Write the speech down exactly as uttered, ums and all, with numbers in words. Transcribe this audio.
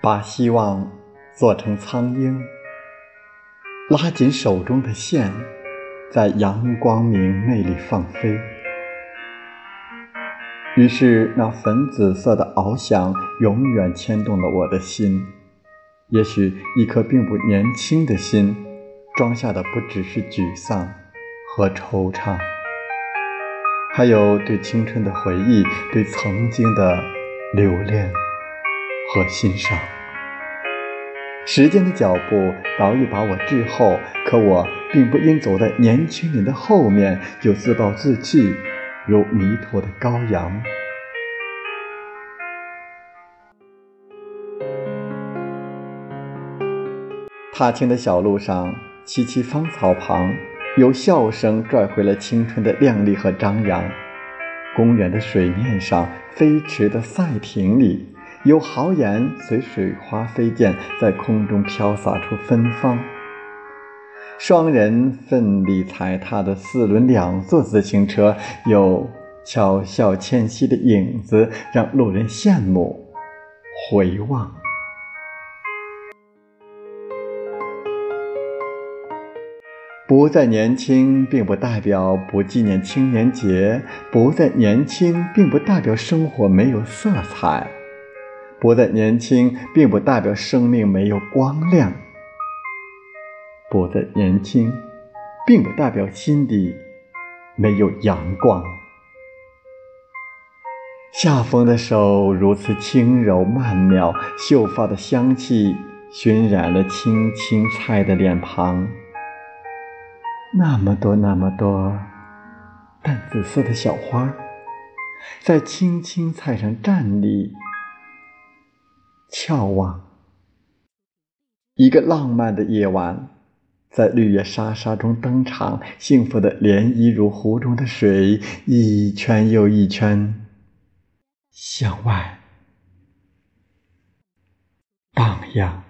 把希望做成苍鹰，拉紧手中的线，在阳光明媚里放飞。于是那粉紫色的翱翔永远牵动了我的心。也许一颗并不年轻的心，装下的不只是沮丧和惆怅，还有对青春的回忆，对曾经的留恋和欣赏。时间的脚步早已把我滞后，可我并不因走在年轻人的后面就自暴自弃，如迷途的羔羊。踏青的小路上，萋萋芳草旁，有笑声拽回了青春的靓丽和张扬。公园的水面上，飞驰的赛艇里，有豪言随水花飞溅，在空中飘洒出芬芳。双人奋力踩踏的四轮两座自行车，有巧笑倩兮的影子，让路人羡慕回望。不再年轻并不代表不纪念青年节，不再年轻并不代表生活没有色彩，不再年轻并不代表生命没有光亮，不再年轻并不代表心底没有阳光。夏风的手如此轻柔曼妙，秀发的香气熏染了青青菜的脸庞。那么多那么多淡紫色的小花，在青青菜上站立眺望。一个浪漫的夜晚，在绿叶沙沙中登场，幸福的涟漪如湖中的水，一圈又一圈向外荡漾。